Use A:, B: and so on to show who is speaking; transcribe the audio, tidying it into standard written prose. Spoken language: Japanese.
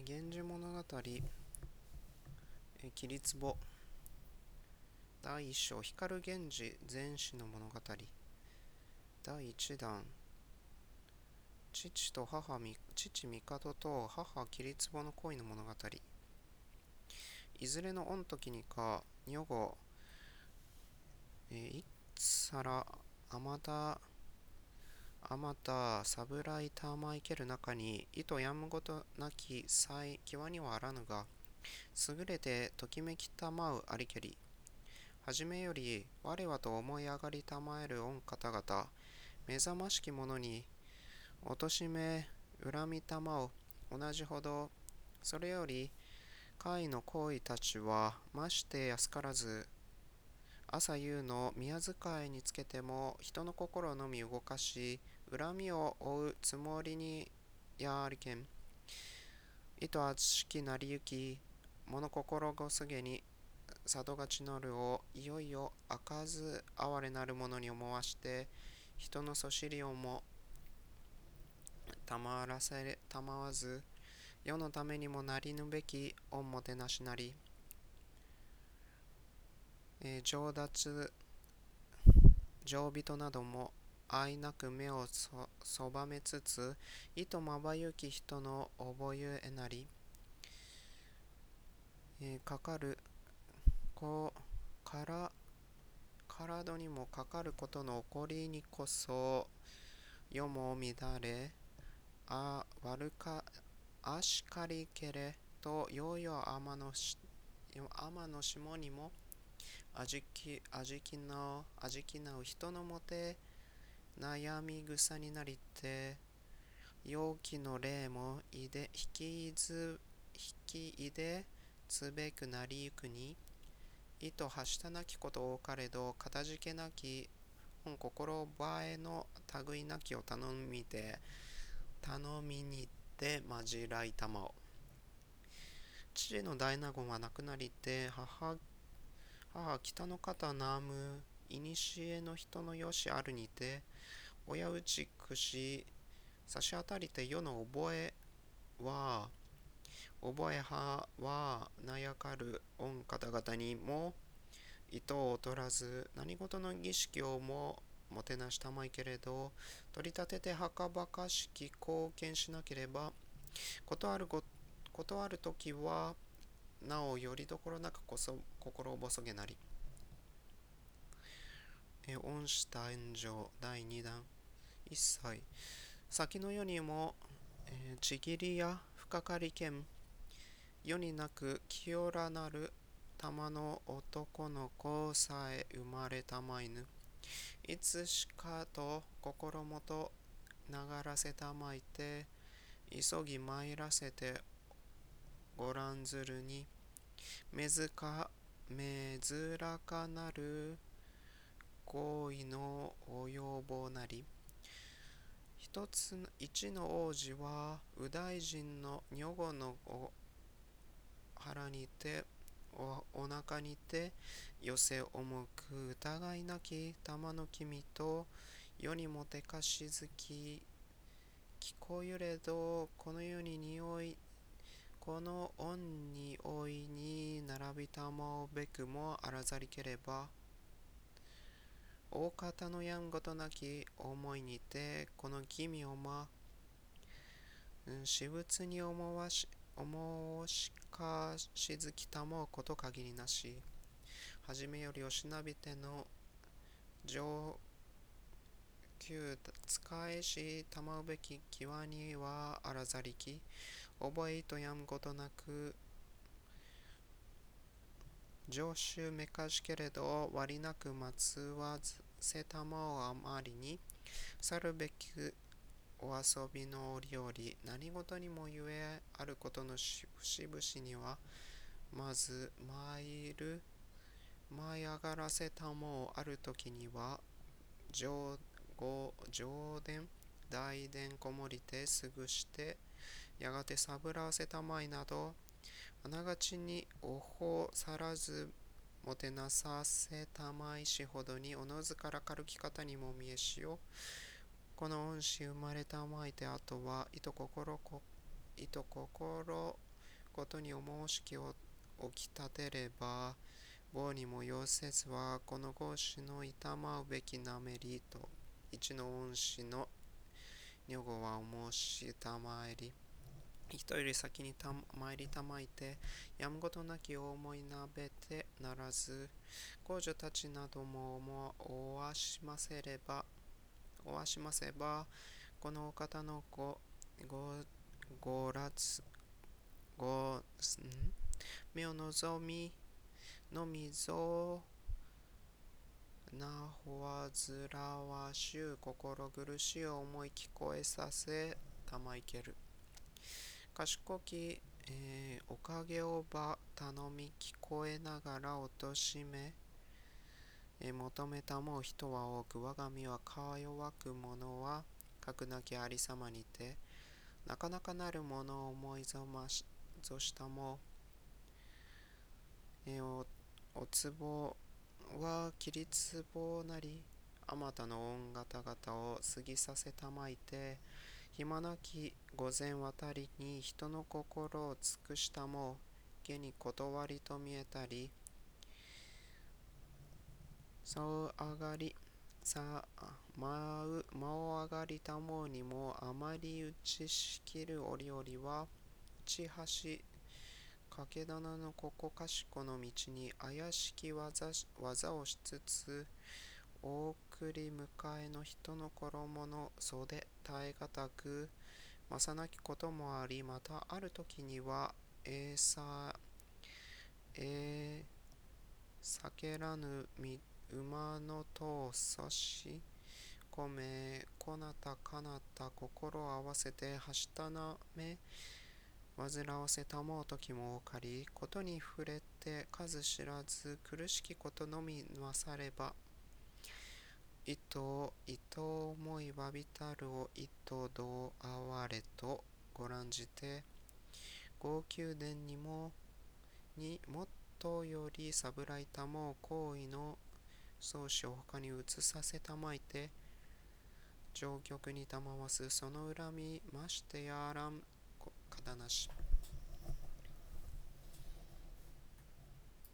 A: 源氏物語、桐壺第一章、光源氏全史の物語第一弾、父と母み、父帝と母桐壺の恋の物語。いずれの御時にか、女子、いっさら、あまた、侍たまいける中に、意とやむことなき際、際にはあらぬが、優れてときめきたまうありけり。はじめより、我はと思い上がりたまえる御方々、目覚ましき者に、おとしめ恨みたまう、同じほど、それより、甲の行為たちは、まして安からず、朝夕の宮遣いにつけても、人の心のみ動かし、恨みを追うつもりにやありけん。意とあつしきなりゆき、物心ごすげに、佐渡がちのるをいよいよ開かず哀れなる者に思わして、人のそしりをもたまわず、世のためにもなりぬべき御もてなしなり。上達上人なども愛なく目をそばめつつ、いとまばゆき人の覚ゆえなり。かかるこから体にもかかることの起こりにこそ、世も乱れ、悪か、あしかりけれと、ようよう天の霜にも、あじきなう人のもて、悩み草になりて、陽気の霊も引きいでつべくなりゆくに、意とはしたなきこと多かれど、かたじけなき本心ばえの類なきを頼みにてまじらいたまお。父の大納言は亡くなりて、母北の方なむいにしえの人のよしあるにて、親打ちくし差し当たりて世の覚えはなやかる御方々にも、意図を取らず何事の儀式をもてなしたまいけれど、取り立ててはかばかしき貢献しなければ、断るときはなおよりどころなく心細げなり。恩師誕生第2弾。一切先の世にも、ちぎりや深かりけん、世になく清らなる玉の男の子さえ生まれたまいぬ。いつしかと心もとながらせたまいて、急ぎ参らせてごらんずるに、めずらかなる行為のお要望なり。一の王子は右大臣の女子の腹にてお腹にて寄せ重く疑いなき玉の君と、世にもてかしずき聞こゆれど、この世に匂いこの恩においに並びたまうべくもあらざりければ、大方のやんごとなき思いにて、この義味を私物に思しかしずきたまうこと限りなし。はじめよりおしなびての上級使えしたまうべき際にはあらざりき、覚えとやむことなく常習めかしけれど、割なくまつわせたまうあまりに、去るべきお遊びの折々、何事にもゆえあることの節々には、まず舞い上がらせたもうある時には、上殿大殿こもりてすぐして、やがてさぶらわせたまいなど、あながちにおほさらずもてなさせたまいしほどに、おのずから軽き方にも見えしよ。この恩師生まれたまいてあとは、いと心ことにお申しきを起き立てれば、棒にも要せずは、この合子の痛まうべきなめりと、一の恩師の女房はお申したまえり、人より先に参りたまいて、やむことなき大思いなべてならず、公女たちなどもおわしませば、このお方のごらつ、ご、ん目を望みのみぞなほわずらわしゅう心苦しい思い聞こえさせたまいける。賢き、おかげをば頼み聞こえながらおとしめ、求めたもう人は多く、我が身はか弱く者は核なきありさまにて、なかなかなるものを思いぞしたも、おつぼは切りつぼなり、あまたの御方々を過ぎさせたまいて、暇なき御前渡りに人の心を尽くしたも、下に断りと見えたり、竿上がり、間を上がりたもうにも、あまり打ちしきる折々は、ちはし、掛け棚のここかしこの道に怪しき技をしつつ、大送り迎えの人の衣の袖耐え難く、まさなきこともあり、またある時には、避けらぬ馬のとを差し込め、こなたかなた心を合わせてはしたなめ、煩わせたもう時も多かり、ことに触れて数知らず苦しきことのみなされば、糸思いわびたるを糸どうあわれとご覧じて、号宮殿にもっとより侍たもう行為の宗師を他に移させたまいて、上玉にたまわすその恨みましてやらんかだなし。